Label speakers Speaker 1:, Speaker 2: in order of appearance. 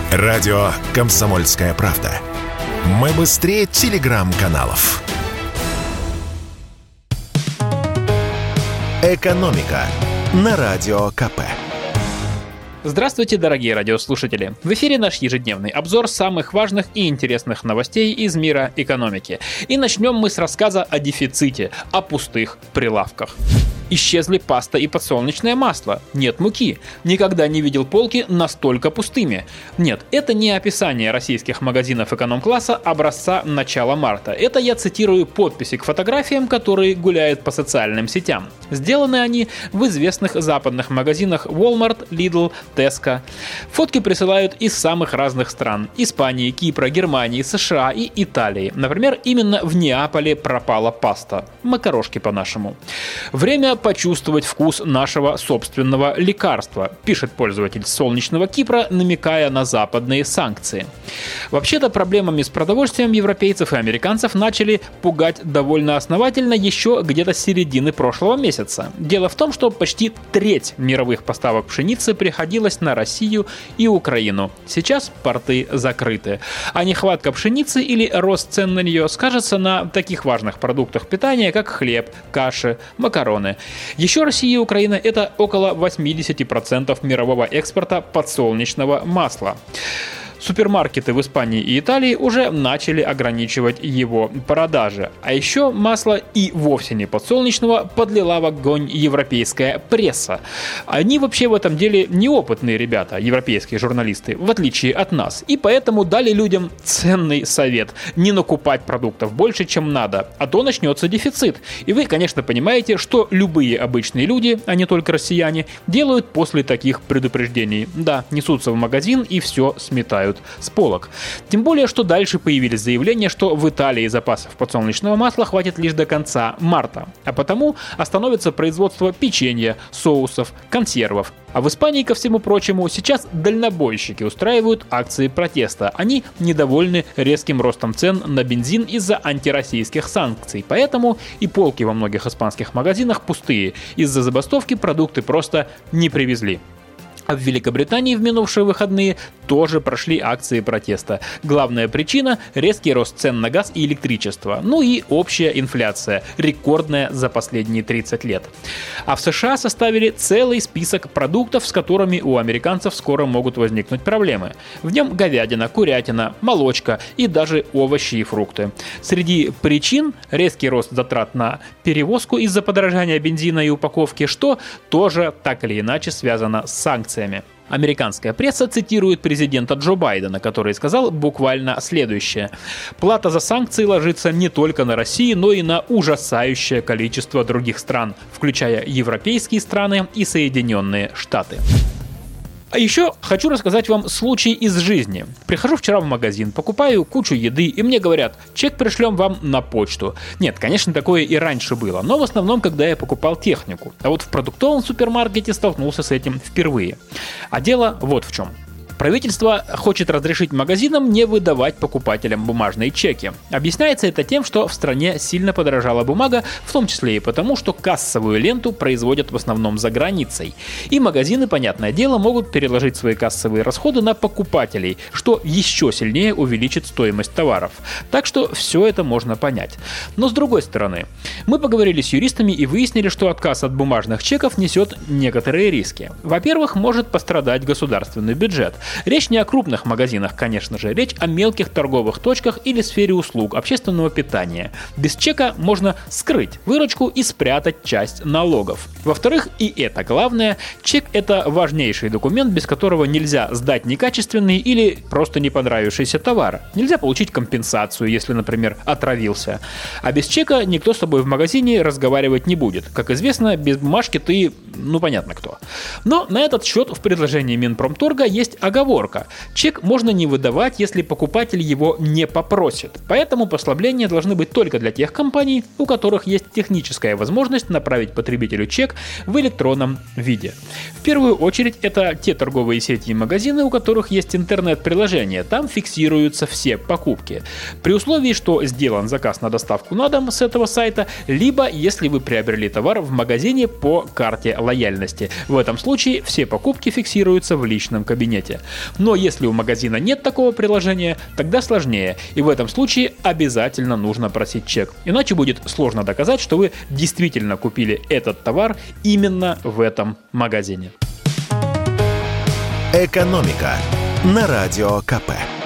Speaker 1: Радио «Комсомольская правда». Мы быстрее телеграм-каналов. «Экономика» на Радио КП.
Speaker 2: Здравствуйте, дорогие радиослушатели! В эфире наш ежедневный обзор самых важных и интересных новостей из мира экономики. И начнем мы с рассказа о дефиците, о пустых прилавках. Исчезли паста и подсолнечное масло. Нет муки. Никогда не видел полки настолько пустыми. Нет, это не описание российских магазинов эконом-класса образца начала марта. Это я цитирую подписи к фотографиям, которые гуляют по социальным сетям. Сделаны они в известных западных магазинах Walmart, Lidl, Tesco. Фотки присылают из самых разных стран: Испании, Кипра, Германии, США и Италии. Например, именно в Неаполе пропала паста. Макарошки по-нашему. Время почувствовать вкус нашего собственного лекарства, пишет пользователь солнечного Кипра, намекая на западные санкции. Вообще-то проблемами с продовольствием европейцев и американцев начали пугать довольно основательно еще где-то с середины прошлого месяца. Дело в том, что почти треть мировых поставок пшеницы приходилась на Россию и Украину. Сейчас порты закрыты. А нехватка пшеницы или рост цен на нее скажется на таких важных продуктах питания, как хлеб, каши, макароны. Еще Россия и Украина – это около 80% мирового экспорта подсолнечного масла. Супермаркеты в Испании и Италии уже начали ограничивать его продажи. А еще масло и вовсе не подсолнечного подлила в огонь европейская пресса. Они вообще в этом деле неопытные ребята, европейские журналисты, в отличие от нас. И поэтому дали людям ценный совет: не накупать продуктов больше, чем надо, а то начнется дефицит. И вы, конечно, понимаете, что любые обычные люди, а не только россияне, делают после таких предупреждений. Да, несутся в магазин и все сметают с полок. Тем более, что дальше появились заявления, что в Италии запасов подсолнечного масла хватит лишь до конца марта, а потому остановится производство печенья, соусов, консервов. А в Испании, ко всему прочему, сейчас дальнобойщики устраивают акции протеста. Они недовольны резким ростом цен на бензин из-за антироссийских санкций. Поэтому и полки во многих испанских магазинах пустые. Из-за забастовки продукты просто не привезли. А в Великобритании в минувшие выходные тоже прошли акции протеста. Главная причина – резкий рост цен на газ и электричество. Ну и общая инфляция, рекордная за последние 30 лет. А в США составили целый список продуктов, с которыми у американцев скоро могут возникнуть проблемы. В нем говядина, курятина, молочка и даже овощи и фрукты. Среди причин – резкий рост затрат на перевозку из-за подорожания бензина и упаковки, что тоже так или иначе связано с санкциями. Американская пресса цитирует президента Джо Байдена, который сказал буквально следующее: «Плата за санкции ложится не только на Россию, но и на ужасающее количество других стран, включая европейские страны и Соединенные Штаты». А еще хочу рассказать вам случай из жизни. Прихожу вчера в магазин, покупаю кучу еды, и мне говорят: чек пришлем вам на почту. Нет, конечно, такое и раньше было, но в основном, когда я покупал технику. А вот в продуктовом супермаркете столкнулся с этим впервые. А дело вот в чем. Правительство хочет разрешить магазинам не выдавать покупателям бумажные чеки. Объясняется это тем, что в стране сильно подорожала бумага, в том числе и потому, что кассовую ленту производят в основном за границей. И магазины, понятное дело, могут переложить свои кассовые расходы на покупателей, что еще сильнее увеличит стоимость товаров. Так что все это можно понять. Но с другой стороны, мы поговорили с юристами и выяснили, что отказ от бумажных чеков несет некоторые риски. Во-первых, может пострадать государственный бюджет. Речь не о крупных магазинах, конечно же, речь о мелких торговых точках или сфере услуг, общественного питания. Без чека можно скрыть выручку и спрятать часть налогов. Во-вторых, и это главное, чек – это важнейший документ, без которого нельзя сдать некачественный или просто не понравившийся товар. Нельзя получить компенсацию, если, например, отравился. А без чека никто с тобой в магазине разговаривать не будет. Как известно, без бумажки ты, понятно кто. Но на этот счет в предложении Минпромторга есть оговорка. Чек можно не выдавать, если покупатель его не попросит. Поэтому послабления должны быть только для тех компаний, у которых есть техническая возможность направить потребителю чек в электронном виде. В первую очередь это те торговые сети и магазины, у которых есть интернет-приложение. Там фиксируются все покупки. При условии, что сделан заказ на доставку на дом с этого сайта, либо если вы приобрели товар в магазине по карте лояльности. В этом случае все покупки фиксируются в личном кабинете. Но если у магазина нет такого приложения, тогда сложнее, и в этом случае обязательно нужно просить чек. Иначе будет сложно доказать, что вы действительно купили этот товар именно в этом магазине.
Speaker 1: «Экономика» на Радио КП.